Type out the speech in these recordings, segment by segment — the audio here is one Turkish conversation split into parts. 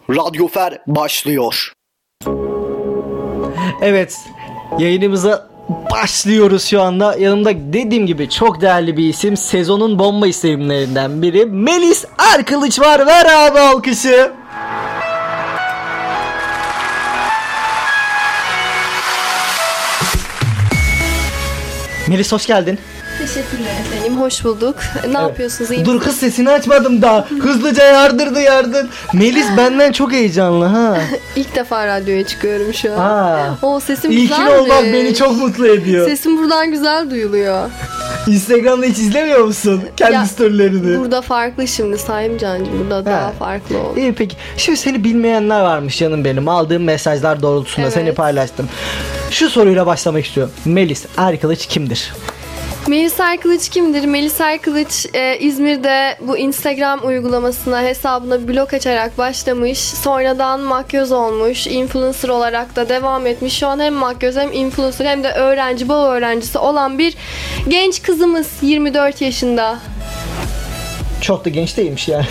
Radyofer başlıyor. Evet, yayınımıza başlıyoruz şu anda. Yanımda dediğim gibi çok değerli bir isim. Sezonun bomba isimlerinden biri Melis Erkılıç var. Ver abi alkışı. Melis hoş geldin. Teşekkürler efendim, hoş bulduk. Ne yapıyorsunuz, iyi Dur misiniz? kız, sesini açmadım daha. Hızlıca yardırdın. Melis benden çok heyecanlı ha. İlk defa radyoya çıkıyorum şu an. Ha. O sesim İlkin güzelmiş. olmak beni çok mutlu ediyor. Sesim buradan güzel duyuluyor. Instagram'da hiç izlemiyor musun kendi Ya, storylerini? Burada farklı şimdi Sayın Cancığım. Burada daha farklı oldu. İyi peki. Şimdi seni bilmeyenler varmış canım benim. Aldığım mesajlar doğrultusunda Evet. seni paylaştım. Şu soruyla başlamak istiyorum. Melis Erkılıç kimdir? Melis Erkılıç kimdir? Melis Erkılıç İzmir'de bu Instagram uygulamasına, hesabına blog açarak başlamış. Sonradan makyöz olmuş. Influencer olarak da devam etmiş. Şu an hem makyöz hem influencer hem de öğrenci, bağ öğrencisi olan bir genç kızımız. 24 yaşında. Çok da genç değilmiş yani.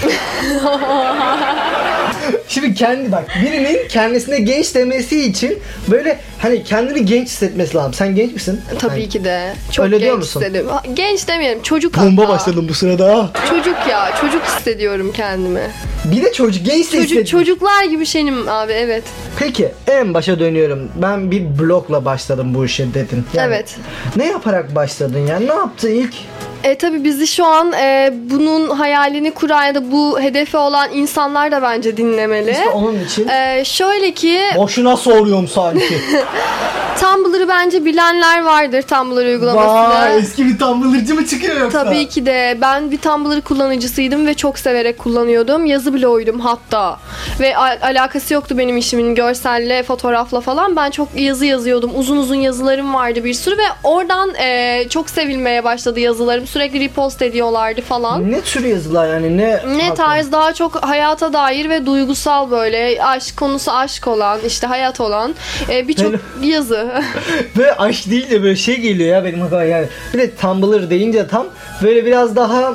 Şimdi birinin kendisine genç demesi için böyle hani kendini genç hissetmesi lazım. Sen genç misin? Tabii ki de. Çok Öyle genç diyor musun? hissediyorum. Genç demeyelim, çocuk Bomba hatta. başladım bu sırada. Çocuk hissediyorum kendimi. Bir de genç de hissediyorum. Çocuklar gibi şeyim abi, evet. Peki en başa dönüyorum. Ben bir blogla başladım bu işe dedin. Yani Evet. Ne yaparak başladın yani? Ne yaptın ilk? Tabii bizi şu an bunun hayalini kuran ya da bu hedefi olan insanlar da bence dinlemeli. İşte onun için. Şöyle ki Boşuna soruyorum sanki. Tumblr'ı bence bilenler vardır, Tumblr uygulamasını. Vay, eski bir Tumblr'cı mı çıkıyor yoksa? Tabii ki de. Ben bir Tumblr kullanıcısıydım ve çok severek kullanıyordum. Yazı bloğuydum hatta. Ve alakası yoktu benim işimin görselle, fotoğrafla falan. Ben çok yazı yazıyordum. Uzun uzun yazılarım vardı bir sürü ve oradan çok sevilmeye başladı yazılarım. Sürekli repost ediyorlardı falan. Ne tür yazılar yani? Ne Tarz, daha çok hayata dair ve duygusal, böyle konusu aşk olan, işte hayat olan birçok yazı. Böyle aşk değil de böyle şey geliyor ya benim aklıma yani. Bir de Tumblr deyince tam böyle biraz daha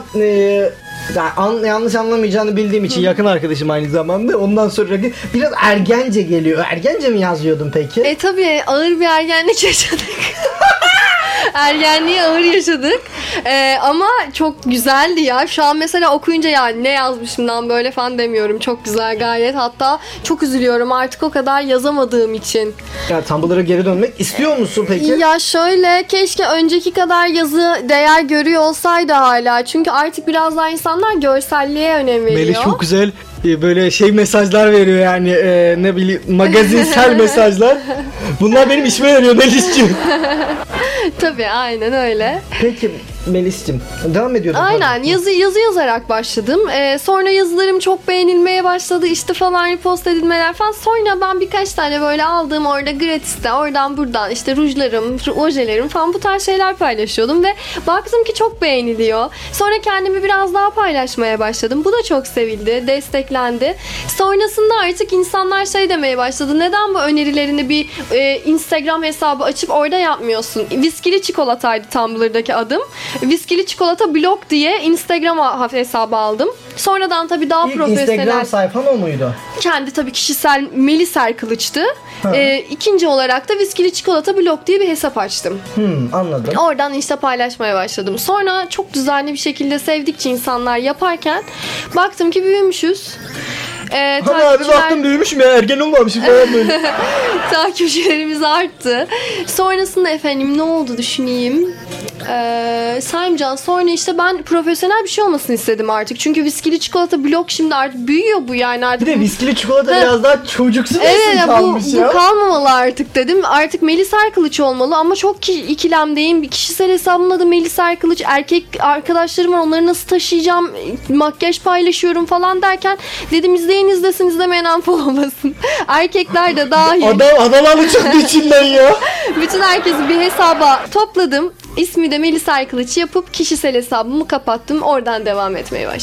yanlış anlamayacağını bildiğim için yakın arkadaşım aynı zamanda. Ondan sonra biraz ergence geliyor. Ergence mi yazıyordun peki? Tabii ağır bir ergenlik yaşadık. Ergenliği ağır yaşadık. Ama çok güzeldi ya. Şu an mesela okuyunca yani ne yazmışımdan böyle falan demiyorum. Çok güzel gayet. Hatta çok üzülüyorum artık o kadar yazamadığım için. Ya Tumblr'a geri dönmek istiyor musun peki? Ya şöyle, keşke önceki kadar yazı değer görüyor olsaydı hala. Çünkü artık biraz daha insanlar görselliğe önem veriyor. Melih çok güzel böyle mesajlar veriyor yani ne bileyim magazinsel mesajlar. Bunlar benim işime yarıyor Melih'ciğim. Tabii aynen öyle. Peki Melis'cim devam ediyordum. Aynen, yazı yazarak başladım. Sonra yazılarım çok beğenilmeye başladı. İşte falan repost edilmeler falan. Sonra ben birkaç tane böyle aldığım orada gratis'te oradan buradan işte rujlarım, ojelerim falan bu tarz şeyler paylaşıyordum ve baktım ki çok beğeniliyor. Sonra kendimi biraz daha paylaşmaya başladım. Bu da çok sevildi, desteklendi. Sonrasında artık insanlar şey demeye başladı. Neden bu önerilerini bir Instagram hesabı açıp orada yapmıyorsun? Viskili çikolataydı Tumblr'daki adım. Viskili çikolata blog diye Instagram hesabı aldım. Sonradan tabii daha İlk profesyonel. Instagram sayfan o muydu? Kendi tabii kişisel Melis Erkılıç'tı. İkinci olarak da Viskili çikolata blog diye bir hesap açtım. Anladım. Oradan işte paylaşmaya başladım. Sonra çok düzenli bir şekilde sevdikçe insanlar yaparken baktım ki büyümüşüz. Hani abi baktım büyümüşüm ya, ergen olmamışım falan böyle. Takipçilerimiz arttı. Sonrasında efendim ne oldu düşüneyim. Saymcan, sonra işte ben profesyonel bir şey olmasını istedim artık. Çünkü viskili çikolata blog şimdi artık büyüyor bu yani artık. Bir de viskili çikolata biraz daha çocuksu bir isim kalmış bu ya. kalmamalı artık dedim. Artık Melis Erkılıç olmalı ama çok ikilemdeyim. Bir kişisel hesabımın adı Melis Erkılıç. Erkek arkadaşlarım var, onları nasıl taşıyacağım? Makyaj paylaşıyorum falan derken dedim izleyen izlesin, izlemeyen unfollowlasın. Erkekler de dahil. Adam çıktı içinden ya. Bütün herkesi bir hesaba topladım. İsmi de Melis Erkılıç yapıp kişisel hesabımı kapattım. Oradan devam etmeye başladım.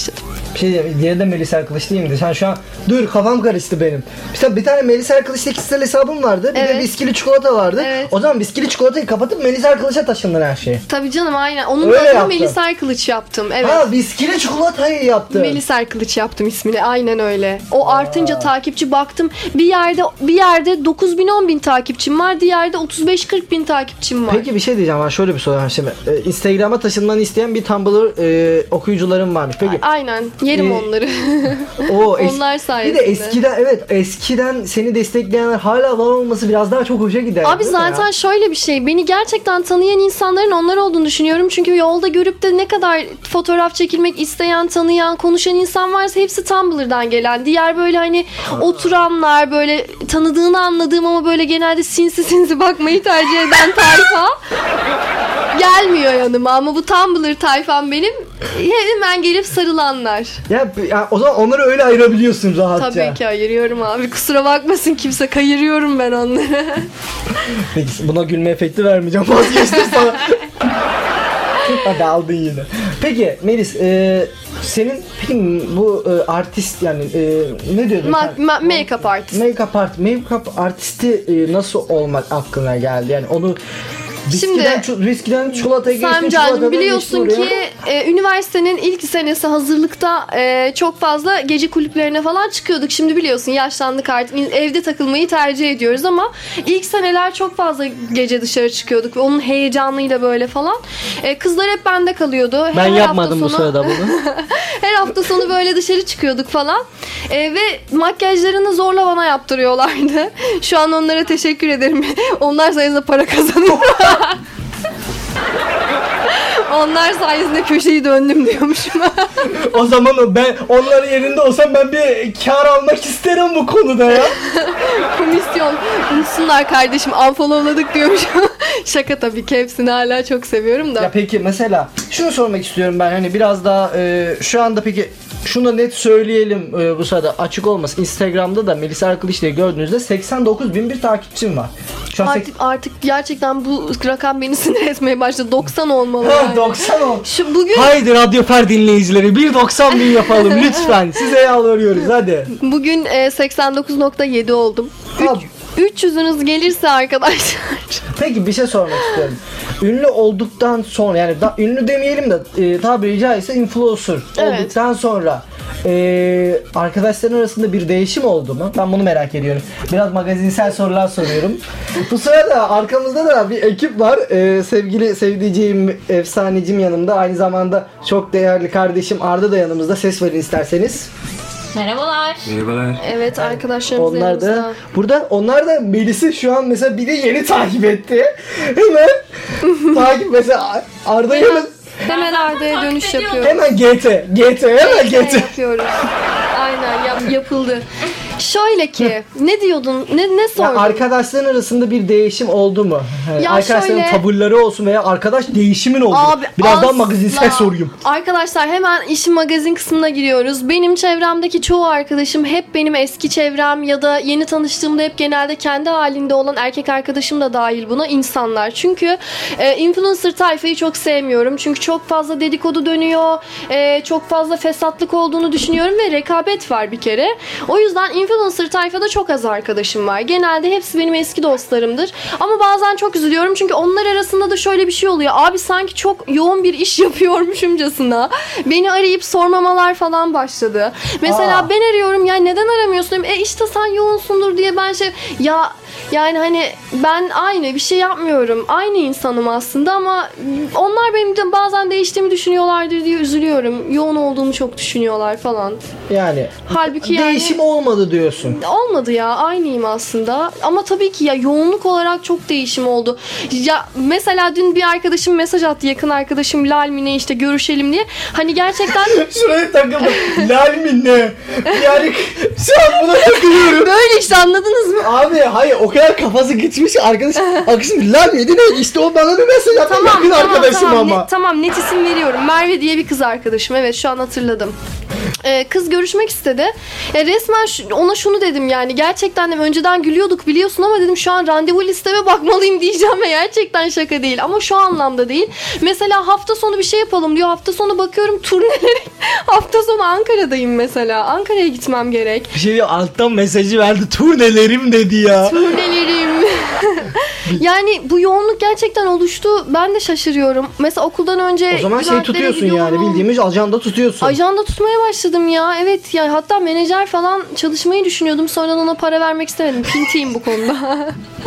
Bir şey diyeyim. Diğeri de Melis Erkılıç değil miydi? Sen şu an... Dur kafam karıştı benim. Mesela bir tane Melis Erkılıç'ta kişisel hesabım vardı. Bir de Evet. bisküvili çikolata vardı. Evet. O zaman bisküvili çikolatayı kapatıp Melis Erkılıç'a taşındın her şeyi. Tabii canım aynen. Onun Öyle adını yaptın. Melis Erkılıç yaptım. Evet. Ha bisküvili çikolatayı yaptın. Melis Erkılıç yaptım ismini. Aynen öyle. O artınca takipçi baktım. Bir yerde 9.000-10.000 takipçim var. Diğerde 35-40.000 takipçim var. Peki bir şey diyeceğim. Ben şöyle bir soru var şimdi. Instagram'a taşınmanı isteyen bir Tumblr okuyucularım varmış. Peki Aynen. Yerim onları. Onlar bir sayesinde. de eskiden seni destekleyenler hala var olması biraz daha çok hoşa gider. Abi değil mi zaten ya? şöyle bir şey. Beni gerçekten tanıyan insanların onlar olduğunu düşünüyorum. Çünkü yolda görüp de ne kadar fotoğraf çekilmek isteyen, tanıyan, konuşan insan varsa hepsi Tumblr'dan gelen. Diğer böyle hani oturanlar, böyle tanıdığını anladığım ama böyle genelde sinsi bakmayı tercih eden tayfa gelmiyor yanıma. Ama bu Tumblr tayfam benim hemen gelip sarılanlar. Ya o zaman onları öyle ayırabiliyorsun rahatça. Tabii ki ayırıyorum abi. Kusura bakmasın kimse, kayırıyorum ben onları. Peki buna gülme efekti vermeyeceğim. Vazgeçtim sana. Hadi aldın yine. Peki Melis senin peki bu artist yani ne diyordun sen? Make-up artist. Make-up artisti nasıl olmak aklına geldi? Yani onu Şimdi viskiden çikolataya geçme, Samcan'cığım biliyorsun ki üniversitenin ilk senesi hazırlıkta çok fazla gece kulüplerine falan çıkıyorduk. Şimdi biliyorsun yaşlandık artık, evde takılmayı tercih ediyoruz ama ilk seneler çok fazla gece dışarı çıkıyorduk ve onun heyecanıyla böyle falan. Kızlar hep bende kalıyordu. Ben Her yapmadım hafta bu sırada bunu. Her hafta sonu böyle dışarı çıkıyorduk falan. Ve makyajlarını zorla bana yaptırıyorlardı. Şu an onlara teşekkür ederim. Onlar sayesinde para kazanıyorum. Onlar sayesinde köşeyi döndüm diyormuşum. O zaman ben onların yerinde olsam ben bir kar almak isterim bu konuda ya. Komisyon. Unutsunlar kardeşim, unfollowladık diyormuşum. Şaka tabii ki, hepsini hala çok seviyorum da. Ya peki mesela şunu sormak istiyorum ben, hani biraz daha şu anda peki şunu net söyleyelim, bu sırada açık olmasın. Instagram'da da Melis Erkılıç diye gördüğünüzde 89.001 takipçim var. Şu an Artık gerçekten bu rakam beni sinir etmeye başladı. 90 olmalı Ha, yani. 90 ol. Şu bugün Haydi Radyo Fer dinleyicileri bir 90 bin yapalım lütfen. Size yalvarıyoruz hadi. bugün 89.7 oldum. Abi. 300'ünüz gelirse arkadaşlar. Peki bir şey sormak istiyorum. Ünlü olduktan sonra, yani ünlü demeyelim de tabiri caizse influencer Evet. olduktan sonra arkadaşların arasında bir değişim oldu mu? Ben bunu merak ediyorum. Biraz magazinsel sorular soruyorum. Bu sırada arkamızda da bir ekip var. Sevgili sevdiceğim, efsanecim yanımda. Aynı zamanda çok değerli kardeşim Arda da yanımızda. Ses verin isterseniz. Merhabalar. Merhabalar. Evet, arkadaşlarımız Onlar da yanımızda. burada, onlar da Melis'i şu an mesela biri yeni takip etti. Hemen takip mesela Arda'yı Hemen Arda'ya dönüş yapıyoruz. hemen GT hemen GT. Yapıyoruz. Aynen yapıldı. Şöyle ki ne diyordun? Ne Ya sordun? arkadaşların arasında bir değişim oldu mu? Yani Ya arkadaşların şöyle- tavırları olsun veya arkadaş değişimin oldu mu? Abi, Biraz daha asla. magazinsel sorayım. Arkadaşlar hemen işin magazin kısmına giriyoruz. Benim çevremdeki çoğu arkadaşım hep benim eski çevrem ya da yeni tanıştığımda hep genelde kendi halinde olan erkek arkadaşım da dahil buna insanlar. Çünkü influencer tayfayı çok sevmiyorum. Çünkü çok fazla dedikodu dönüyor. Çok fazla fesatlık olduğunu düşünüyorum ve rekabet var bir kere. O yüzden influencer tayfada çok az arkadaşım var. Genelde hepsi benim eski dostlarımdır. Ama bazen çok üzülüyorum çünkü onlar arasında da şöyle bir şey oluyor. Abi sanki çok yoğun bir iş yapıyormuşumcasına beni arayıp sormamalar falan başladı. Mesela ben arıyorum, ya neden aramıyorsun diyorum. İşte sen yoğunsundur diye ben ya yani hani ben aynı bir şey yapmıyorum. Aynı insanım aslında ama onlar benim de bazen değiştiğimi düşünüyorlardır diye üzülüyorum. Yoğun olduğumu çok düşünüyorlar falan. Yani Halbuki yani değişim olmadı diyorsun. olmadı ya, aynıyım aslında ama tabii ki ya yoğunluk olarak çok değişim oldu. Ya mesela dün bir arkadaşım mesaj attı, yakın arkadaşım Lal Mine, işte görüşelim diye. Hani gerçekten Şuraya takıldım. Lal mi ne? Yani şu an buna takılıyorum. böyle işte, anladınız mı? Abi hayır, o kadar kafası gitmiş arkadaşım Lal miydi ne? İşte o bana bir mesaj attı, yakın arkadaşım ama. Tamam, net isim veriyorum. Merve diye bir kız arkadaşım. Evet, şu an hatırladım. Kız görüşmek istedi. Resmen ona şunu dedim yani. Gerçekten de önceden gülüyorduk biliyorsun ama dedim şu an randevu listeme bakmalıyım diyeceğim ve gerçekten şaka değil. Ama şu anlamda değil. Mesela hafta sonu bir şey yapalım diyor. Hafta sonu bakıyorum turneleri. Hafta sonu Ankara'dayım mesela. Ankara'ya gitmem gerek. Bir şey diyor, alttan mesajı verdi. Turnelerim dedi ya. Turnelerim. Yani bu yoğunluk gerçekten oluştu. Ben de şaşırıyorum. Mesela okuldan önce O zaman şey tutuyorsun yani, bildiğimiz ajanda tutuyorsun. Ajanda tutmaya başladım ya. Evet ya, hatta menajer falan çalışmayı düşünüyordum. Sonradan ona para vermek istemedim. Pintiyim bu konuda.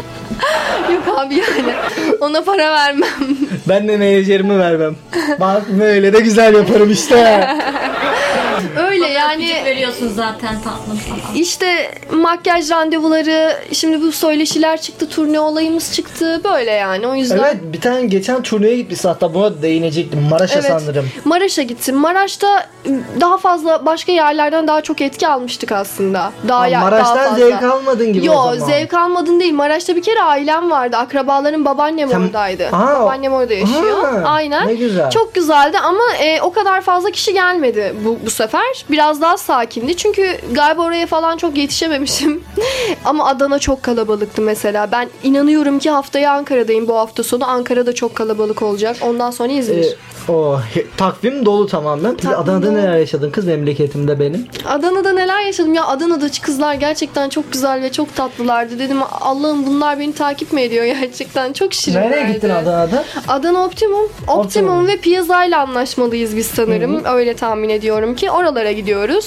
Yok abi yani. Ona para vermem. Ben de menajerimi vermem. Bak böyle de güzel yaparım işte. Öyle yani. Küçük veriyorsun zaten tatlım falan. İşte makyaj randevuları, şimdi bu söyleşiler çıktı, turne olayımız çıktı. Böyle yani, o yüzden. Evet, bir tane geçen turneye gitmişsin, hatta buna değinecektim. Maraş'a sanırım. Maraş'a gittim. Maraş'ta daha fazla başka yerlerden daha çok etki almıştık aslında. Maraş'tan daha fazla. zevk almadın gibi o zaman. Yok, zevk almadın değil. Maraş'ta bir kere ailem vardı. Akrabalarım, babaannem oradaydı. Babaannem orada yaşıyor. Aynen. Ne güzel. Çok güzeldi ama o kadar fazla kişi gelmedi bu sefer. Biraz daha sakindi. Çünkü galiba oraya falan çok yetişememişim. Ama Adana çok kalabalıktı mesela. Ben inanıyorum ki haftaya Ankara'dayım, bu hafta sonu. Ankara'da çok kalabalık olacak. Ondan sonra İzmir. Takvim dolu tamamen. Peki Takvim Adana'da dolu. neler yaşadın kız, memleketimde benim? Adana'da neler yaşadım ya. Adana'daki kızlar gerçekten çok güzel ve çok tatlılardı. Dedim Allah'ım, bunlar beni takip mi ediyor gerçekten? Çok şirinlerdi. Nereye gittin Adana'da? Adana Optimum ve Piazza ile anlaşmalıyız biz sanırım. Öyle tahmin ediyorum ki. Oralara gidiyoruz.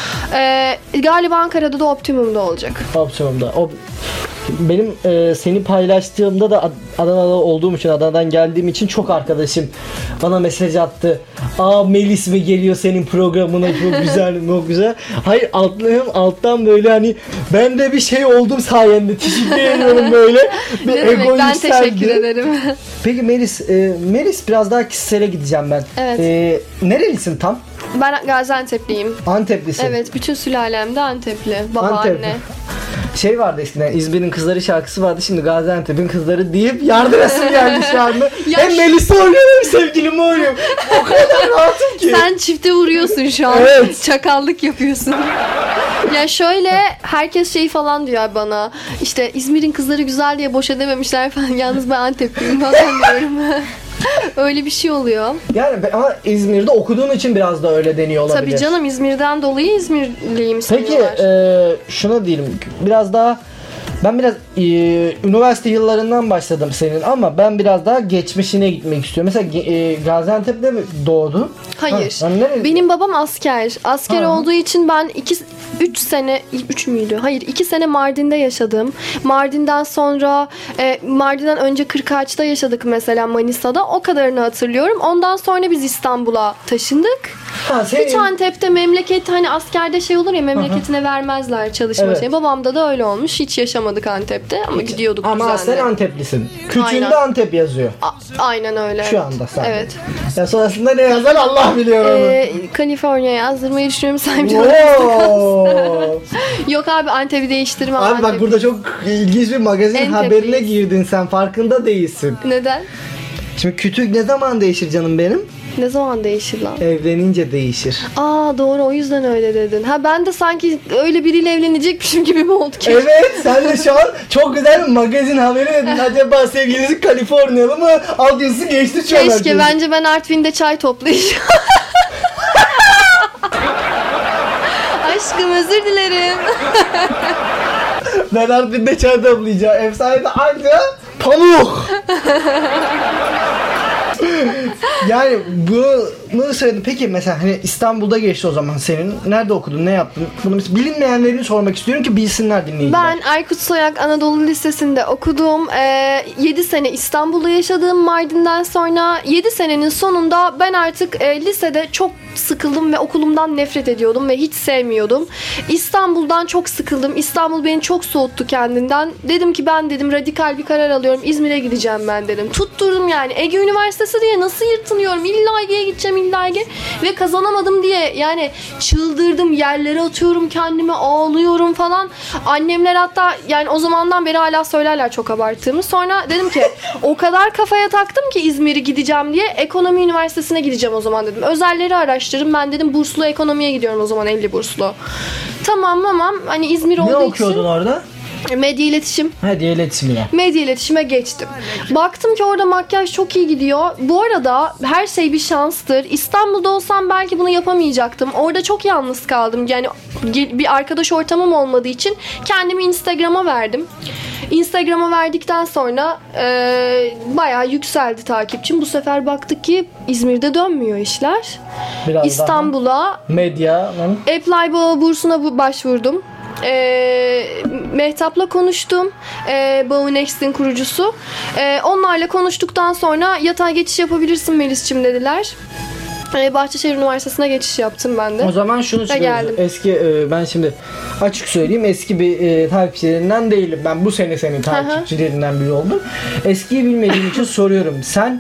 Galiba Ankara'da da Optimum'da olacak. Optimum'da. Benim seni paylaştığımda da Adana'da olduğum için, Adana'dan geldiğim için çok arkadaşım bana mesaj attı. Melis mi geliyor senin programına, çok güzel, çok güzel. Hayır, alttan böyle hani ben de bir şey oldum sayende, teşekkür ediyorum böyle. Bir Ne demek, ego ben yükseldi. teşekkür ederim. Peki Melis biraz daha kişisele gideceğim ben. Evet. Nerelisin tam? Ben Gaziantep'liyim. Anteplisin. Evet, bütün sülalem de Antepli. Baba, Antep. anne. Şey vardı eskiden, İzmir'in kızları şarkısı vardı, şimdi Gaziantep'in kızları deyip yardım etsin geldi şu anda. Hem Melis'i oynuyorum hem sevgilimi oynuyorum. O kadar rahatım ki. Sen çifte vuruyorsun şu an. Evet. Çakallık yapıyorsun. Ya şöyle, herkes şey falan diyor bana. İşte İzmir'in kızları güzel diye boş edememişler falan. Yalnız ben Antepliyim falan diyorum. Öyle bir şey oluyor. Yani ama İzmir'de okuduğun için biraz da öyle deniyor olabilir. Tabii canım, İzmir'den dolayı İzmirliyim Peki sanıyorlar. şuna diyelim, biraz daha ben biraz üniversite yıllarından başladım senin, ama ben biraz daha geçmişine gitmek istiyorum. Mesela Gaziantep'te mi doğdun? Hayır. Benim babam asker. Asker olduğu için ben 2 sene Mardin'de yaşadım. Mardin'den sonra Mardin'den önce Kırkağaç'ta yaşadık mesela, Manisa'da. O kadarını hatırlıyorum. Ondan sonra biz İstanbul'a taşındık. Hiç Antep'te memleket, hani askerde şey olur ya, memleketine vermezler çalışma Evet. şeyi. Babamda da öyle olmuş. Hiç yaşamadık Antep'te ama gidiyorduk Ama düzenli. sen Anteplisin. Küçüğünde Aynen. Antep yazıyor. Aynen öyle. Şu anda sen. Evet. Ya sonrasında ne yazar Allah biliyor onu. Kaliforniya'ya yazdırmayı düşünüyorum, sen bir de Oo. Yok abi, Antep'i değiştirmem. Abi bak, Antep. burada çok ilginç bir magazin Antep haberine değil. girdin, sen farkında değilsin. Neden? Şimdi kütük ne zaman değişir canım benim? Ne zaman değişir lan? Evlenince değişir. Doğru, o yüzden öyle dedin. Ben de sanki öyle biriyle evlenecekmişim gibi mi oldu ki? Evet, sen de şu an çok güzel bir magazin haberi dedin. Acaba sevgilisi Kaliforniyalı mı? Alt yazısı geçti şu an. Keşke, bence ben Artvin'de çay toplayacağım. Aşkım, özür dilerim. Ben Artvin'de çay toplayacağım. Ev sahibi anca pamuk. Yani bunu söyledim. Peki mesela hani İstanbul'da geçti o zaman senin. Nerede okudun, ne yaptın? Bunu mesela bilinmeyenlerini sormak istiyorum ki bilsinler dinleyiciler. Ben Aykut Soyak Anadolu Lisesi'nde okudum. 7 sene İstanbul'da yaşadım. Mardin'den sonra 7 senenin sonunda ben artık lisede çok sıkıldım ve okulumdan nefret ediyordum ve hiç sevmiyordum. İstanbul'dan çok sıkıldım. İstanbul beni çok soğuttu kendinden. Dedim ki ben radikal bir karar alıyorum. İzmir'e gideceğim ben dedim. Tutturdum yani. Ege Üniversitesi diye nasıl yırtınıyorum? İlla Ege'ye gideceğim. dergi ve kazanamadım diye yani çıldırdım, yerlere atıyorum kendimi, ağlıyorum falan. Annemler hatta yani o zamandan beri hala söylerler çok abarttığımı. Sonra dedim ki o kadar kafaya taktım ki İzmir'i gideceğim diye, ekonomi üniversitesine gideceğim o zaman dedim. Özelleri araştırırım. Ben dedim burslu ekonomiye gidiyorum o zaman, 50 burslu. Tamam hani İzmir olduğu Ne için. okuyordun orada? Medya iletişim. Hadi iletişim ya. Medya iletişime geçtim. Baktım ki orada makyaj çok iyi gidiyor. Bu arada her şey bir şanstır. İstanbul'da olsam belki bunu yapamayacaktım. Orada çok yalnız kaldım. Yani bir arkadaş ortamım olmadığı için kendimi Instagram'a verdim. Instagram'a verdikten sonra bayağı yükseldi takipçim. Bu sefer baktık ki İzmir'de dönmüyor işler. Biraz İstanbul'a medyanın. Apply bursuna başvurdum. Mehtap'la konuştum. Bao Next'in kurucusu. Onlarla konuştuktan sonra yatay geçiş yapabilirsin Melis'cim dediler. Bahçeşehir Üniversitesi'ne geçiş yaptım ben de. O zaman şunu söylüyorum. Eski ben şimdi açık söyleyeyim, eski bir takipçilerinden değilim. Ben bu sene senin takipçilerinden biri oldum. Eskiyi bilmediğim için soruyorum. Sen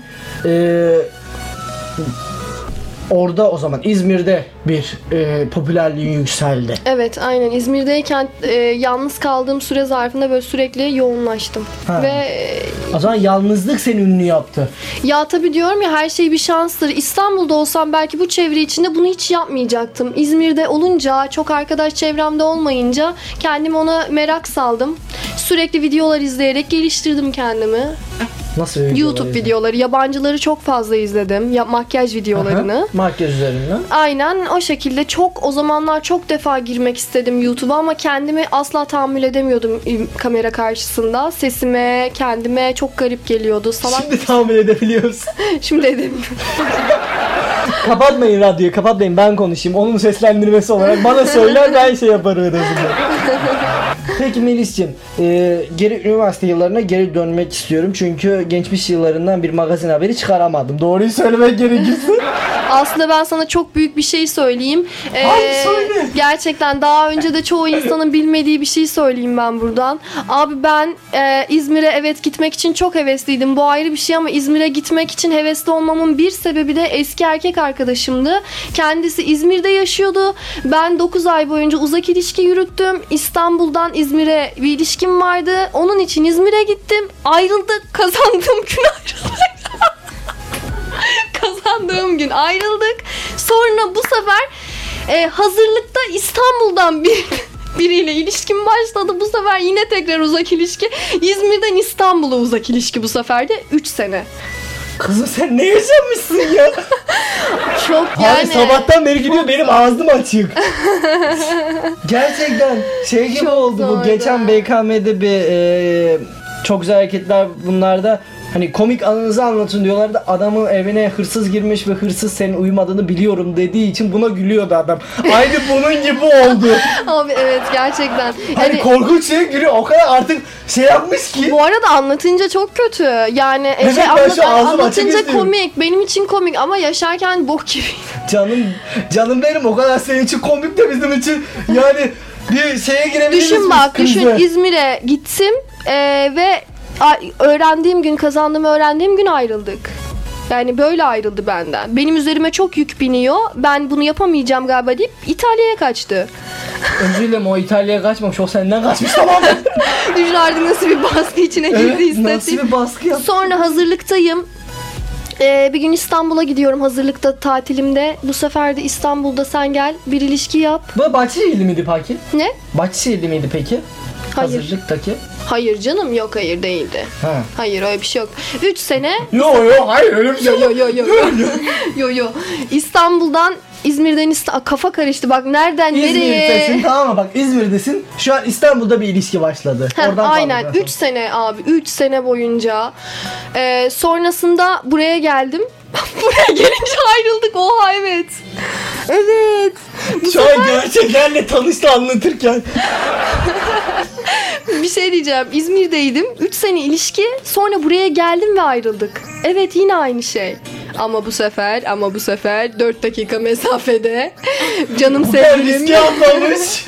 orada o zaman İzmir'de bir popülerliğin yükseldi. Evet, aynen. İzmir'deyken yalnız kaldığım süre zarfında böyle sürekli yoğunlaştım. Ve o zaman yalnızlık seni ünlü yaptı. ya tabii diyorum ya, her şey bir şanstır. İstanbul'da olsam belki bu çevre içinde bunu hiç yapmayacaktım. İzmir'de olunca, çok arkadaş çevremde olmayınca kendimi ona merak saldım. Sürekli videolar izleyerek geliştirdim kendimi. Nasıl videolar? YouTube videoları, yabancıları çok fazla izledim. Makyaj videolarını. Makyaj üzerinden. Aynen o şekilde. O zamanlar çok defa girmek istedim YouTube'a ama kendimi asla tahammül edemiyordum kamera karşısında. Sesime, kendime çok garip geliyordu. Şimdi tahammül edebiliyorsun. Şimdi edemiyorum. Kapatmayın radyoyu, kapatmayın, ben konuşayım. Onun seslendirmesi olarak bana söyler, ben şey yaparım en azından. Peki Melis'ciğim, geri üniversite yıllarına geri dönmek istiyorum. Çünkü geçmiş yıllarından bir magazin haberi çıkaramadım. Doğruyu söylemek gerekirse. Aslında ben sana çok büyük bir şey söyleyeyim. Söyle. Gerçekten daha önce de çoğu insanın bilmediği bir şey söyleyeyim ben buradan. Abi ben İzmir'e evet gitmek için çok hevesliydim. Bu ayrı bir şey ama İzmir'e gitmek için hevesli olmamın bir sebebi de eski erkek arkadaşımdı. Kendisi İzmir'de yaşıyordu. Ben 9 ay boyunca uzak ilişki yürüttüm. İstanbul'dan İzmir'e bir ilişkim vardı. Onun için İzmir'e gittim. Ayrıldık. Kazandığım gün ayrıldık. Kazandığım gün ayrıldık. Sonra bu sefer hazırlıkta İstanbul'dan biriyle ilişkim başladı. Bu sefer yine tekrar uzak ilişki. İzmir'den İstanbul'a uzak ilişki bu sefer de 3 sene. Kızım sen ne yaşamışsın ya? Çok yani. Abi sabahtan beri gidiyor, benim ağzım açık. Gerçekten şey gibi çok oldu bu. zordu. Geçen BKM'de bir çok güzel hareketler bunlarda. Hani komik anınızı anlatın diyorlardı. Adamın evine hırsız girmiş ve hırsız senin uyumadığını biliyorum dediği için buna gülüyordu adam. Aynı bunun gibi oldu. Abi evet, gerçekten. Hani Yani, korkunç şey gülüyor. O kadar artık şey yapmış ki. bu arada anlatınca çok kötü. Yani Evet, ben şu ağzım açık anlatınca istiyorum. komik. Benim için komik ama yaşarken bok gibi. Canım benim, o kadar senin için komik de bizim için. Yani bir şeye girebiliriz. Düşün bak, krize. düşün, İzmir'e gittim ve kazandığımı öğrendiğim gün ayrıldık. Yani böyle ayrıldı benden. Benim üzerime çok yük biniyor. Ben bunu yapamayacağım galiba deyip İtalya'ya kaçtı. Özür dilerim, o İtalya'ya kaçmamış. O senden kaçmış tamamen. Düşün artık nasıl bir baskı içine girdi, Evet, hissettim. nasıl bir baskı yaptı. Sonra hazırlıktayım. Bir gün İstanbul'a gidiyorum hazırlıkta, tatilimde. Bu sefer de İstanbul'da sen gel, bir ilişki yap. Bu Bahçeşehirli miydi peki? Ne? Bahçeşehirli miydi peki? Hayır. Hazırlıktaki. Hayır canım, yok, hayır değildi. Ha. Hayır, öyle bir şey yok. 3 sene. Yo hayır, öyle bir şey yok. Yo. İstanbul'dan İzmir'den kafa karıştı bak, nereden nereye? İzmir'desin, tamam mı? Bak İzmir'desin. Şu an İstanbul'da bir ilişki başladı. Oradan aynen kaldı. 3 sene abi, 3 sene boyunca. Sonrasında buraya geldim. Buraya gelince ayrıldık. Oha, evet. Evet. Şu an gerçeklerle tanıştı anlatırken. Bir şey diyeceğim. İzmir'deydim. 3 sene ilişki. Sonra buraya geldim ve ayrıldık. Evet, yine aynı şey. Ama bu sefer 4 dakika mesafede canım Ben sevgilim riske atlamış.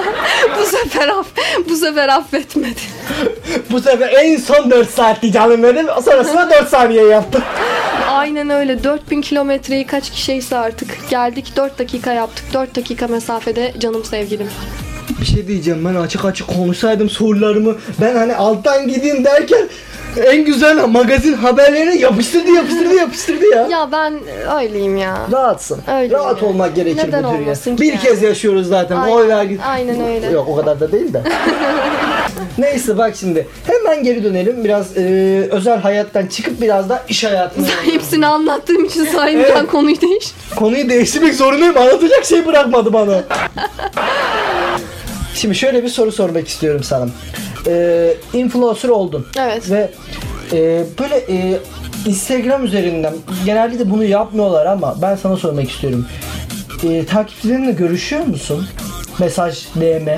bu sefer affetmedi. Bu sefer en son 4 saatti canım benim. Sonrasında 4 saniye yaptım. Aynen öyle. 4000 kilometreyi kaç kişiyse artık geldik, 4 dakika yaptık. 4 dakika mesafede canım sevgilim. Bir şey diyeceğim, ben açık açık konuşsaydım sorularımı, ben hani alttan gideyim derken en güzel magazin haberlerini yapıştırdı ya. Ya ben öyleyim ya. Rahatsın. Öyle Rahat yani. olmak gerekir Neden bu türlü. olmasın ki Bir yani? kez yaşıyoruz zaten. Aynen, Oy vergi. aynen öyle. Yok o kadar da değil de. Neyse bak şimdi. Hemen geri dönelim. Biraz özel hayattan çıkıp biraz da iş hayatına. Hepsini anlattığım için sahiden Evet. konuyu değiş. Konuyu değiştirmek zorundayım. Anlatacak şey bırakmadı bana. Şimdi şöyle bir soru sormak istiyorum sana. Influencer oldun. Evet. Ve böyle Instagram üzerinden genelde bunu yapmıyorlar ama ben sana sormak istiyorum. Takipçilerinle görüşüyor musun? Mesaj, DM.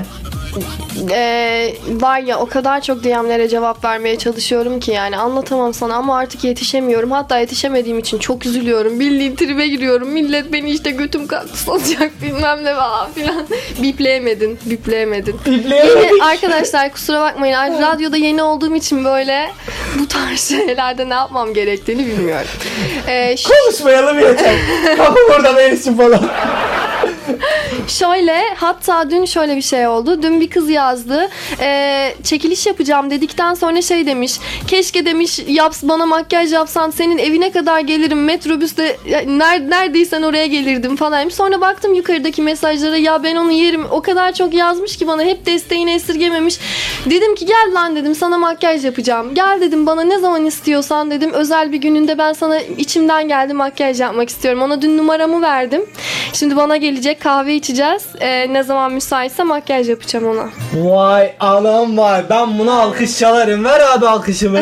Var ya, o kadar çok DM'lere cevap vermeye çalışıyorum ki yani anlatamam sana, ama artık yetişemiyorum. Hatta yetişemediğim için çok üzülüyorum. Bildiğin tribe giriyorum. Millet beni işte götüm kalktı salacak bilmem ne falan filan. Bipleyemedin. Yeni arkadaşlar, kusura bakmayın. Radyoda yeni olduğum için böyle bu tarz şeylerde ne yapmam gerektiğini bilmiyorum. Konuşmayalım yeter. Kapı burada meclisin falan. Şöyle, hatta dün şöyle bir şey oldu. Dün bir kız yazdı. Çekiliş yapacağım dedikten sonra şey demiş. Keşke demiş bana makyaj yapsan, senin evine kadar gelirim. Metrobüste neredeysen oraya gelirdim falan. Sonra baktım yukarıdaki mesajlara, ya ben onu yerim. O kadar çok yazmış ki bana, hep desteğini esirgememiş. Dedim ki gel lan dedim, sana makyaj yapacağım. Gel dedim, bana ne zaman istiyorsan dedim. Özel bir gününde ben sana içimden geldi makyaj yapmak istiyorum. Ona dün numaramı verdim. Şimdi bana gelecek, kahve içeceğiz. Ne zaman müsaitse makyaj yapacağım ona. Vay anam vay. Ben buna alkış çalarım. Ver abi alkışımı.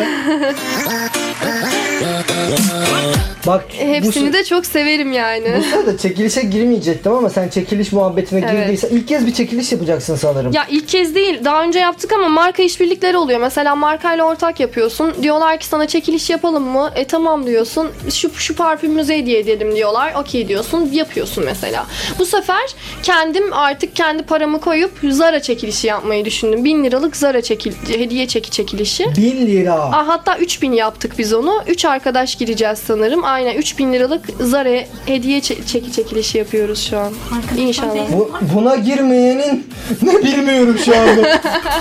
Bak Hepsini de çok severim yani. bu sırada çekilişe girmeyecektim ama sen çekiliş muhabbetine Evet. girdiysen ilk kez bir çekiliş yapacaksın sanırım. Ya ilk kez değil, daha önce yaptık ama marka işbirlikleri oluyor. Mesela markayla ortak yapıyorsun. Diyorlar ki sana çekiliş yapalım mı? Tamam diyorsun. Şu parfümümüze hediye edelim diyorlar. Okey diyorsun. Yapıyorsun mesela. Bu sefer kendim artık kendi paramı koyup Zara çekilişi yapmayı düşündüm. 1000 liralık Zara hediye çekilişi. 1000 lira. Hatta 3000 yaptık biz onu. 3 arkadaş gireceğiz sanırım. Aynen 3000 liralık Zara hediye çekilişi yapıyoruz şu an. İnşallah. Buna girmeyenin ne bilmiyorum şu anda.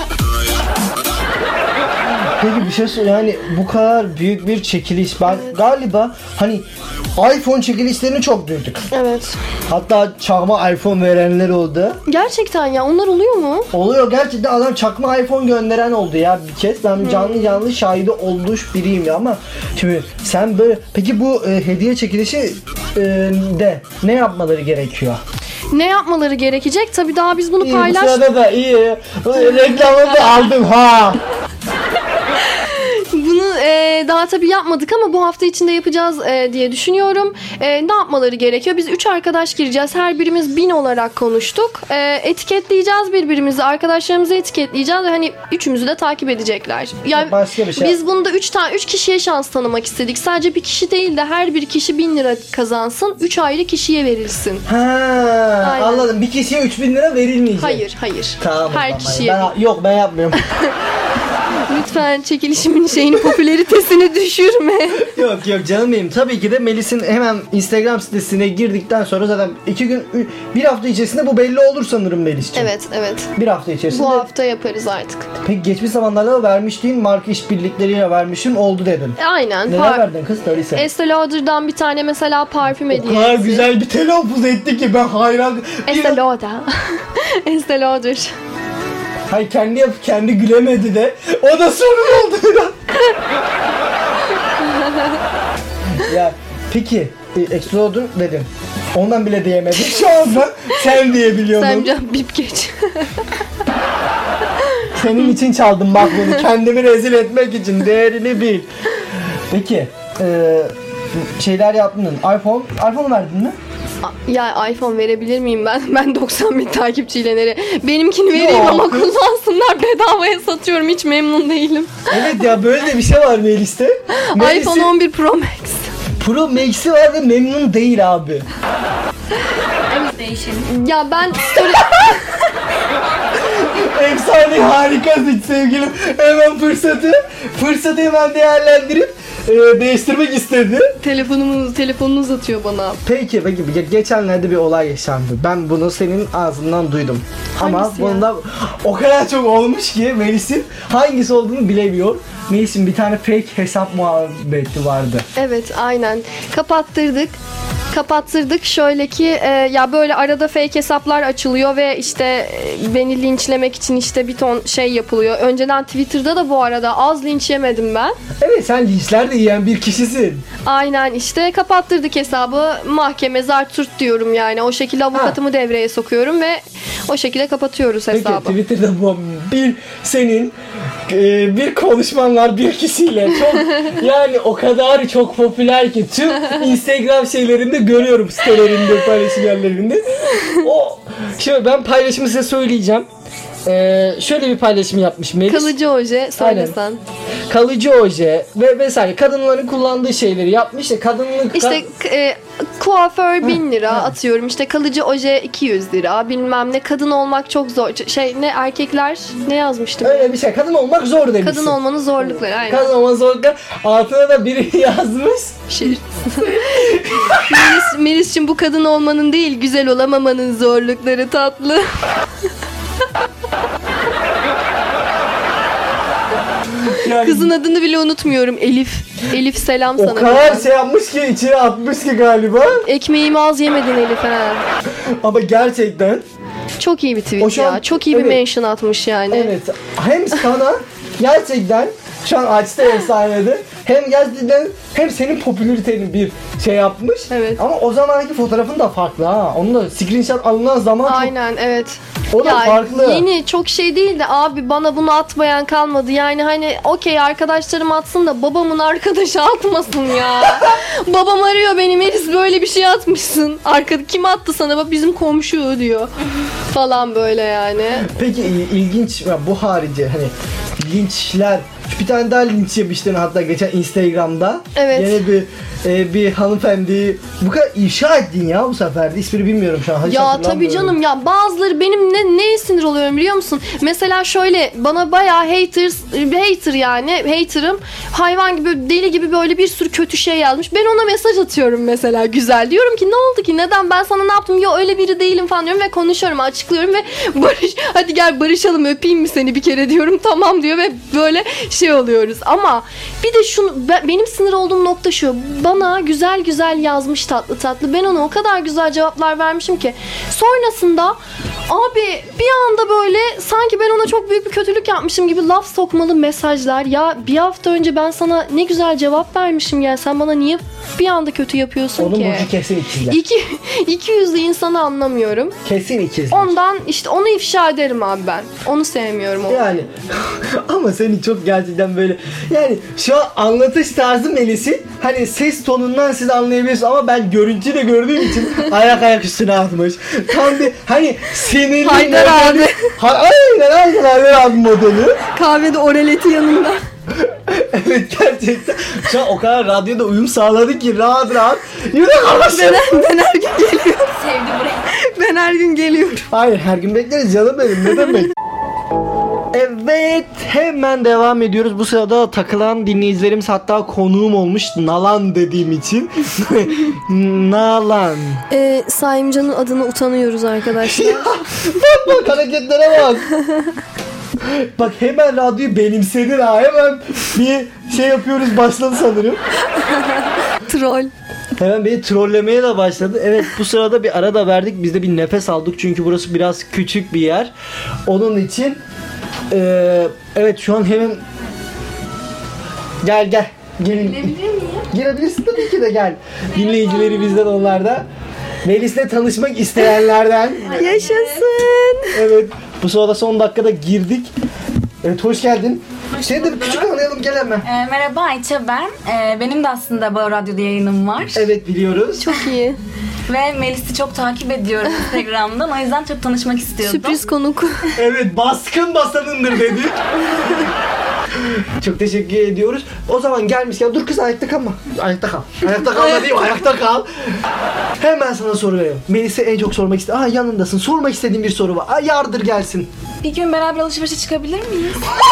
Peki bir şey sor, yani bu kadar büyük bir çekiliş, ben galiba hani iPhone çekilişlerini çok duyduk. Evet. Hatta çakma iPhone verenler oldu. Gerçekten ya, onlar oluyor mu? Oluyor gerçekten, adam çakma iPhone gönderen oldu ya bir kez. Ben canlı şahidi olmuş biriyim ya, ama şimdi sen böyle, peki bu hediye çekilişi de ne yapmaları gerekiyor? Ne yapmaları gerekecek? Tabii daha biz bunu İyi, bu sırada paylaştık. da iyi. Reklamını da aldım ha. Bunu daha tabii yapmadık ama bu hafta içinde yapacağız diye düşünüyorum. Ne yapmaları gerekiyor? Biz 3 arkadaş gireceğiz. Her birimiz 1000 olarak konuştuk. Etiketleyeceğiz birbirimizi. Arkadaşlarımızı etiketleyeceğiz ve hani üçümüzü de takip edecekler. Yani Başka bir şey. biz bunda 3 kişiye şans tanımak istedik. Sadece bir kişi değil de her bir kişi 1000 lira kazansın. 3 ayrı kişiye verilsin. Ha, Aynen. anladım. Bir kişiye 3000 lira verilmeyecek. Hayır. Tamam. Her kişiye. Ben yapmıyorum. Lütfen çekilişimin popülaritesini düşürme. Yok canım benim. Tabii ki de Melis'in hemen Instagram sitesine girdikten sonra zaten 1 hafta içerisinde bu belli olur sanırım Melis'ciğim. Evet. Bir hafta içerisinde. Bu hafta yaparız artık. Peki geçmiş zamanlarda vermiştiğin marka işbirlikleriyle vermişim oldu dedin. Aynen. Neler verdin kız söylesene. Estee Lauder'dan bir tane mesela parfüm O hediyesi. kadar güzel bir telaffuz etti ki ben hayran. Estee Lauder. Estee Lauder. Hayır, kendi yapıp kendi gülemedi de. O da sorun oldu biraz. Ya peki Exploder dedim. Ondan bile diyemedim. Şu anda sen diyebiliyordun. Semcan bip geç. Senin için çaldım bak bunu. Kendimi rezil etmek için. Değerini bil. Peki şeyler yaptın. iPhone verdin mi? Ya iPhone verebilir miyim ben? Ben 90 bin takipçiyle nereye? Benimkini vereyim Yok. ama kullansınlar. Bedavaya satıyorum. Hiç memnun değilim. Evet ya, böyle de bir şey var Melis'te. iPhone 11 Pro Max. Pro Max'i var ve memnun değil abi. Evet değişelim. Ya ben Efsane, harikasın sevgilim. Hemen fırsatı hemen değerlendirip değiştirmek istedi. telefonunu uzatıyor bana. Peki geçenlerde bir olay yaşandı. Ben bunu senin ağzından duydum. Ama Hangisi ya? bunda o kadar çok olmuş ki Melis'in hangisi olduğunu bilemiyor. Melis'in bir tane fake hesap muhabbeti vardı. Evet, aynen. Kapattırdık şöyle ki ya böyle arada fake hesaplar açılıyor ve işte beni linçlemek için işte bir ton şey yapılıyor. Önceden Twitter'da da bu arada az linç yemedim ben. Evet, sen linçler de yiyen bir kişisin. Aynen, işte kapattırdık hesabı, mahkeme zart turt diyorum yani. O şekilde avukatımı devreye sokuyorum ve o şekilde kapatıyoruz hesabı. Peki Twitter'da bu senin bir konuşman var bir kişiyle. Çok yani o kadar çok popüler ki tüm Instagram şeylerinde görüyorum, sitelerinde, paylaşım yerlerinde. Şimdi ben paylaşımı size söyleyeceğim. Şöyle bir paylaşım yapmış Melis. Kalıcı oje söylesen. Kalıcı oje ve vesaire kadınların kullandığı şeyleri yapmış da kadınlık İşte kuaför 1000 lira atıyorum, işte kalıcı oje 200 lira bilmem ne, kadın olmak çok zor ne, erkekler ne yazmıştım? öyle bir şey, kadın olmak zor demişsin. Kadın olmanın zorlukları, aynen. Kadın olmanın zorlukları, altına da biri yazmış. Melis'cim, bu kadın olmanın değil güzel olamamanın zorlukları tatlı. Yani Kızın adını bile unutmuyorum, Elif. Elif, selam sana. o kadar şey yapmış ki, içine atmış ki galiba. Ekmeğimi az yemedin Elif ha. Ama gerçekten Çok iyi bir O tweet şu an- ya. Çok iyi bir evet. mention atmış yani. evet, hem sana gerçekten şu an açtı efsanede, hem gerçekten hem senin popülariteni bir şey yapmış. Evet. Ama o zamanki fotoğrafın da farklı ha. Onun da screenshot alınan zaman çok, Aynen, evet. o da Ya farklı. yeni çok şey değil de abi, bana bunu atmayan kalmadı. Yani hani okey, arkadaşlarım atsın da babamın arkadaşı atmasın ya. Babam arıyor beni, Melis böyle bir şey atmışsın. Kim attı sana? Bak, bizim komşu diyor. Falan böyle yani. Peki ilginç ya, bu harici hani linçler, bir tane daha linç yemiştin hatta geçen Instagram'da. Evet. Yine bir hanımefendi bu kadar ifşa ettin ya bu sefer de, ismini bilmiyorum şu an. Hiç Ya tabii hatırlamıyorum. canım ya, bazıları benim neye sinir oluyorum biliyor musun? Mesela şöyle, bana bayağı haterım hayvan gibi, deli gibi böyle bir sürü kötü şey yazmış. Ben ona mesaj atıyorum mesela, güzel. Diyorum ki ne oldu ki, neden, ben sana ne yaptım? Ya öyle biri değilim falan diyorum ve konuşuyorum, açıklıyorum ve hadi gel barışalım, öpeyim mi seni bir kere diyorum, tamam diyor ve böyle şey oluyoruz. Ama bir de benim sinir olduğum nokta şu: bana güzel güzel yazmış, tatlı tatlı, ben ona o kadar güzel cevaplar vermişim ki sonrasında abi bir anda böyle sanki ben ona çok büyük bir kötülük yapmışım gibi laf sokmalı mesajlar. Ya bir hafta önce ben sana ne güzel cevap vermişim ya, sen bana niye bir anda kötü yapıyorsun Onun ki? burcu kesin ikizler. İki yüzlü insanı anlamıyorum. Kesin ikizler. Ondan işte onu ifşa ederim abi ben. Onu sevmiyorum. Yani ama senin çok gerçekten böyle, yani şu an anlatış tarzı Melis'in hani ses tonundan siz anlayabilirsiniz ama ben görüntüyü de gördüğüm için ayak üstüne atmış. Tam bir hani sinirli Haydar modeli. abi. Aynen Haydar abi modeli. Kahvede oraleti yanında. Evet, gerçekten şu an o kadar radyoda uyum sağladı ki rahat yürü kardeşim. Ben her gün geliyorum. Sevdi burayı. Ben her gün geliyorum. Hayır, her gün bekleriz canım benim, ne demek. Evet, hemen devam ediyoruz. Bu sırada takılan dinleyicilerimiz, hatta konuğum olmuş Nalan dediğim için. Nalan. Saimcan'ın adını utanıyoruz arkadaşlar. Bak hareketlere bak. Bak hemen radyoyu benimsedin ha. Hemen bir şey yapıyoruz, başladı sanırım. Troll. Hemen beni trollemeye de başladı. Evet, bu sırada bir ara da verdik. Biz de bir nefes aldık çünkü burası biraz küçük bir yer. Onun için evet, şu an hemen gel gelin. Girebilir miyim? Girebilirsin tabii ki de, gel. Dinleyicileri bizden, onlar da Melis'le tanışmak isteyenlerden. Yaşasın. Evet, bu sırada son dakikada girdik. Evet, hoş geldin. Seni de bir küçük anlayalım, gel hemen. Merhaba, Ayça ben. Benim de aslında bu radyoda yayınım var. Evet, biliyoruz. Çok iyi. Ve Melis'i çok takip ediyorum Instagram'dan. O yüzden çok tanışmak istiyordum. Sürpriz konuk. Evet, baskın basanındır dedik. Çok teşekkür ediyoruz. O zaman gelmişken dur kız ayakta kalma. Ayakta kal. Ayakta kalma değil mi? Ayakta kal. Hemen sana soru veriyorum. Melis'e en çok sormak istedim. Yanındasın. Sormak istediğim bir soru var. Yardır gelsin. Bir gün beraber alışverişe çıkabilir miyiz?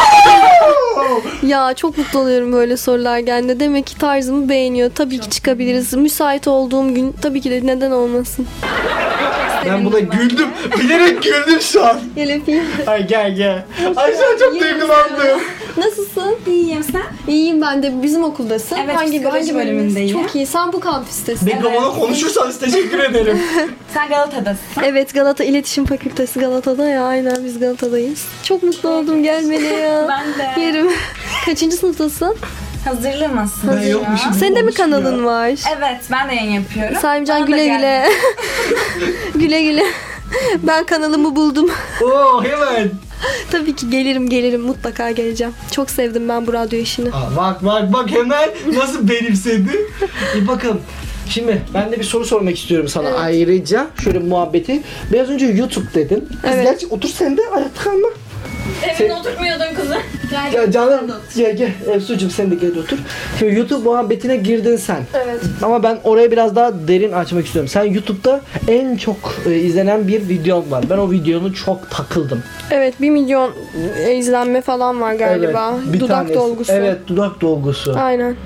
Ya çok mutlu oluyorum böyle sorular geldiğinde. Demek ki tarzımı beğeniyor. Tabii ki çıkabiliriz. Müsait olduğum gün tabii ki de neden olmasın. Ben buna güldüm. Bilerek güldüm şu an. Gel öpeyim. Ay gel. Ay şu an çok duygulandım. Nasılsın? İyiyim sen? İyiyim ben de. Bizim okuldasın. Evet, hangi psikoloji bölümdesin? bölümündeyim. Çok iyi. Sen bu kampüstesin. Mikrofona konuşursanız teşekkür ederim. Sen Galata'dasın. Evet, Galata İletişim Fakültesi Galata'da ya. Aynen biz Galata'dayız. Çok mutlu oldum gelmeli ya. Ben de. Yerim. Kaçıncı sınıftasın? Hazırlığım aslında. Ben yokmuşum. Senin de mi Olmuşum kanalın ya. var? Evet, ben de yayın yapıyorum. Saimcan Bana da güle gel. güle. Güle güle. Ben kanalımı buldum. Oo hemen. Tabii ki gelirim mutlaka geleceğim. Çok sevdim ben bu radyo işini. Bak hemen nasıl benimsedi. Bakın. Şimdi ben de bir soru sormak istiyorum sana ayrıca. Şöyle muhabbeti. Biraz önce YouTube dedin. Kız Evet. gerçi otur sen de ayakta kalma. Evine oturmuyordun kızım. Ya canım gel Efsucuğum sen de gel otur. Şimdi YouTube muhabbetine girdin sen. Evet. Ama ben oraya biraz daha derin açmak istiyorum. Sen YouTube'da en çok izlenen bir videon var. Ben o videonu çok takıldım. Evet 1 milyon izlenme falan var galiba. Evet, bir Dudak tanesi. dolgusu. Evet dudak dolgusu. Aynen.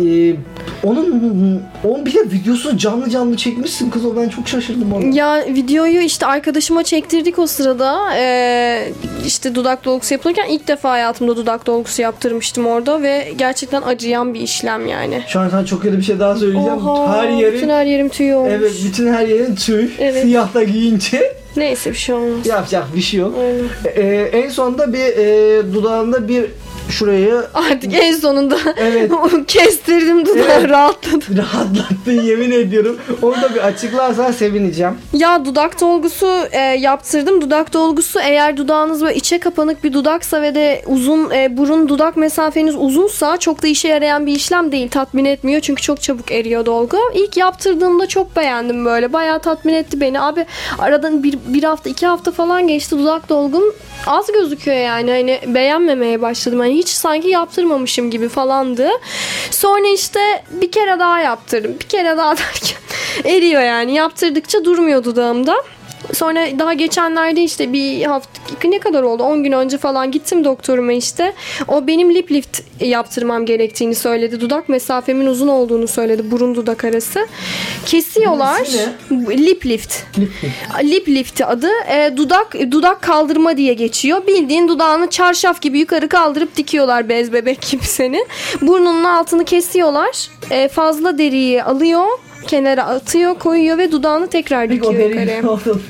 Onun bir de videosunu canlı çekmişsin kız, o ben çok şaşırdım ona. Ya videoyu işte arkadaşıma çektirdik o sırada. İşte dudak dolgusu yapılırken ilk defa hayatımda dudak dolgusu yaptırmıştım orada ve gerçekten acıyan bir işlem yani. Şu an sana çok kötü bir şey daha söyleyeceğim. Oha, bütün her yerim tüy olmuş. Evet, bütün her yerin tüy. Evet. Siyah da giyince Neyse bir şey olmaz. yapacak bir şey yok. Aynen. En sonunda bir dudağında bir şurayı Artık en sonunda Evet. kestirdim dudağı, Evet. rahatladım. rahatlattın yemin ediyorum. Onu da bir açıklarsan sevineceğim. Ya dudak dolgusu yaptırdım. Dudak dolgusu eğer dudağınız böyle içe kapanık bir dudaksa ve de uzun burun dudak mesafeniz uzunsa çok da işe yarayan bir işlem değil. Tatmin etmiyor çünkü çok çabuk eriyor dolgu. İlk yaptırdığımda çok beğendim böyle. Bayağı tatmin etti beni. Abi aradan bir hafta 2 hafta falan geçti, dudak dolgum az gözüküyor yani. Hani beğenmemeye başladım. Hani hiç sanki yaptırmamışım gibi falandı. Sonra işte bir kere daha yaptırdım. Bir kere daha derken eriyor yani. Yaptırdıkça durmuyor dudağımda. Sonra daha geçenlerde işte bir hafta ne kadar oldu? 10 gün önce falan gittim doktoruma işte. O benim lip lift yaptırmam gerektiğini söyledi. Dudak mesafemin uzun olduğunu söyledi. Burun dudak arası. Kesiyorlar. Lip lift. Lip lift adı. Dudak kaldırma diye geçiyor. Bildiğin dudağını çarşaf gibi yukarı kaldırıp dikiyorlar, bez bebek gibi seni. Burnunun altını kesiyorlar. Fazla deriyi alıyor, kenara atıyor, koyuyor ve dudağını tekrar dikiyor yukarıya.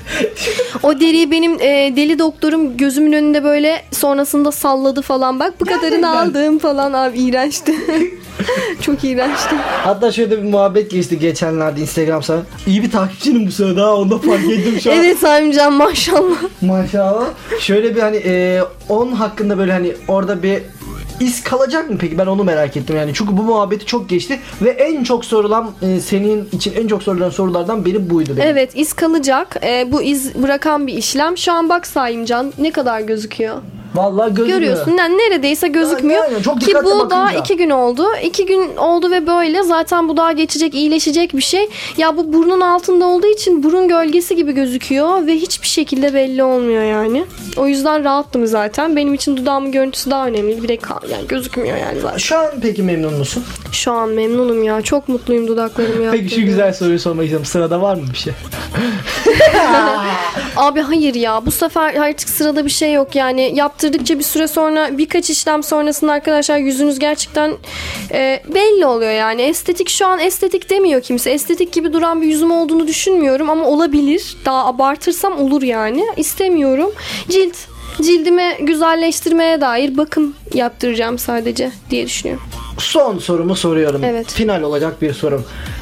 O deriyi benim deli doktorum gözümün önünde böyle sonrasında salladı falan. Bak bu kadarını aldım falan abi, iğrençti. Çok iğrençti. Hatta şöyle bir muhabbet geçti geçenlerde Instagram sana. İyi bir takipçinim bu sırada ha, onu da fark ettim şu an. Evet Saimcan maşallah. Maşallah. Şöyle bir hani onun hakkında böyle hani orada bir iz kalacak mı peki? Ben onu merak ettim yani. Çünkü bu muhabbeti çok geçti ve en çok sorulan senin için en çok sorulan sorulardan biri buydu benim. Evet, iz kalacak. Bu iz bırakan bir işlem. Şu an bak Saimcan ne kadar gözüküyor. Vallahi gözükmüyor. Görüyorsun. Yani neredeyse gözükmüyor. Aynen, çok Ki dikkatli bu bakınca. daha 2 gün oldu. 2 gün oldu ve böyle. Zaten bu daha geçecek, iyileşecek bir şey. Ya bu burnun altında olduğu için burun gölgesi gibi gözüküyor ve hiçbir şekilde belli olmuyor yani. O yüzden rahattım zaten. Benim için dudağımın görüntüsü daha önemli. Bir de yani gözükmüyor yani zaten. Şu an peki memnun musun? Şu an memnunum ya. Çok mutluyum dudaklarımı yaptığım. Peki şu güzel soruyu sormak istiyorum. Sırada var mı bir şey? Abi hayır ya, bu sefer artık sırada bir şey yok yani. Yaptırdıkça bir süre sonra, birkaç işlem sonrasında arkadaşlar yüzünüz gerçekten belli oluyor yani. Estetik, şu an estetik demiyor kimse. Estetik gibi duran bir yüzüm olduğunu düşünmüyorum ama olabilir. Daha abartırsam olur yani. İstemiyorum. Cildimi güzelleştirmeye dair bakım yaptıracağım sadece diye düşünüyorum. Son sorumu soruyorum. Evet. Final olacak bir sorum.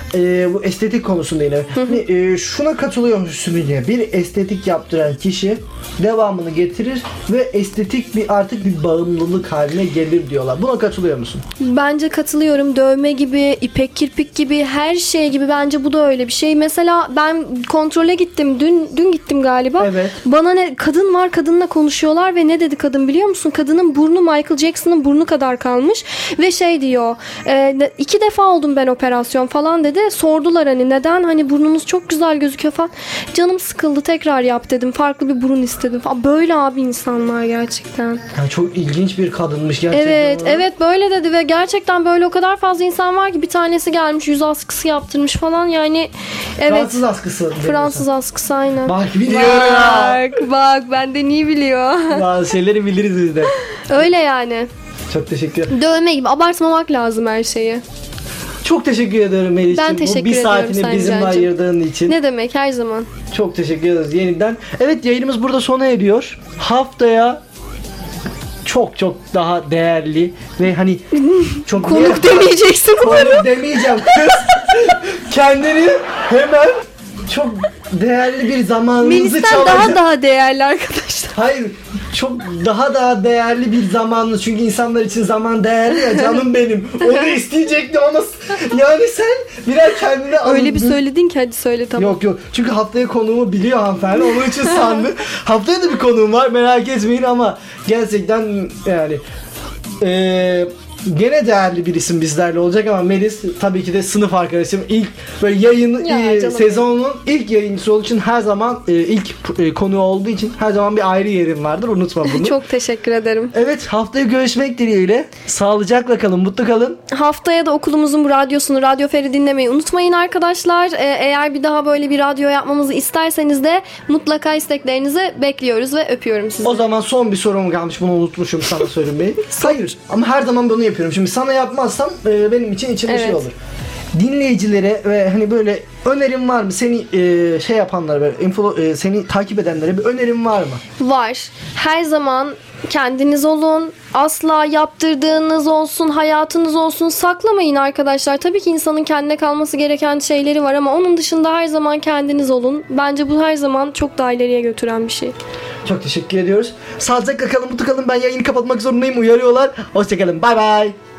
bu estetik konusunda yine. Hani, şuna katılıyor musun diye. Bir estetik yaptıran kişi devamını getirir ve estetik artık bir bağımlılık haline gelir diyorlar. Buna katılıyor musun? Bence katılıyorum. Dövme gibi, ipek kirpik gibi, her şey gibi bence bu da öyle bir şey. Mesela ben kontrole gittim. Dün gittim galiba. Evet. Bana kadın var, kadınla konuşuyorlar ve ne dedi kadın biliyor musun? Kadının burnu Michael Jackson'ın burnu kadar kalmış ve şey diyor. 2 defa oldum ben operasyon falan dedi. Sordular hani neden? Hani burnunuz çok güzel gözüküyor falan. Canım sıkıldı, tekrar yap dedim. Farklı bir burun istedim falan. Böyle abi insanlar gerçekten. Yani çok ilginç bir kadınmış gerçekten. Evet böyle dedi ve gerçekten böyle o kadar fazla insan var ki bir tanesi gelmiş yüz askısı yaptırmış falan yani. Evet. Fransız askısı. Fransız askısı aynen. Bak biliyorum ya. Bak benden iyi biliyor. Bazı şeyleri biliriz biz de. Öyle yani. Çok teşekkür ederim. Dövme gibi abartmamak lazım her şeyi. Çok teşekkür ederim Melis'ciğim. Ben teşekkür Bu bir ediyorum saatini Sayın bizimle Cancığım. ayırdığın için. Ne demek her zaman. Çok teşekkür ederiz yeniden. Evet, yayınımız burada sona eriyor. Haftaya çok daha değerli ve hani çok Konuk demeyeceksin umarım. konuk demeyeceğim kız. Kendini hemen çok değerli bir zamanınızı Melis'ten daha değerli arkadaşlar. Hayır, çok daha değerli bir zamanınız. Çünkü insanlar için zaman değerli ya canım benim. Onu isteyecektim ama yani sen birer kendine Öyle bir söyledin ki hadi söyle tamam. Yok. Çünkü haftaya konuğumu biliyor hanımefendi. Onun için sandı. Haftaya da bir konuğum var. Merak etmeyin ama gerçekten yani gene değerli bir isim bizlerle olacak ama Melis tabii ki de sınıf arkadaşım. İlk böyle sezonun ilk yayıncısı olduğu için her zaman ilk konuğu olduğu için her zaman bir ayrı yerim vardır. Unutma bunu. Çok teşekkür ederim. Evet, haftaya görüşmek dileğiyle. Sağlıcakla kalın, mutlu kalın. Haftaya da okulumuzun bu radyosunu, Radyo Fer'i dinlemeyi unutmayın arkadaşlar. Eğer bir daha böyle bir radyo yapmamızı isterseniz de mutlaka isteklerinizi bekliyoruz ve öpüyorum sizi. O zaman son bir sorum kalmış, bunu unutmuşum sana söylemeyi. Hayır ama her zaman bunu yapıyorum. Şimdi sana yapmazsam benim için içimde şey olur. Dinleyicilere ve hani böyle önerim var mı? Seni şey yapanlara böyle seni takip edenlere bir önerim var mı? Var. Her zaman kendiniz olun. Asla yaptırdığınız olsun, hayatınız olsun saklamayın arkadaşlar. Tabii ki insanın kendine kalması gereken şeyleri var ama onun dışında her zaman kendiniz olun. Bence bu her zaman çok daha ileriye götüren bir şey. Çok teşekkür ediyoruz. Sağlıcakla kalın, mutlu kalın. Ben yayını kapatmak zorundayım. Uyarıyorlar. Hoşçakalın. Bay bay.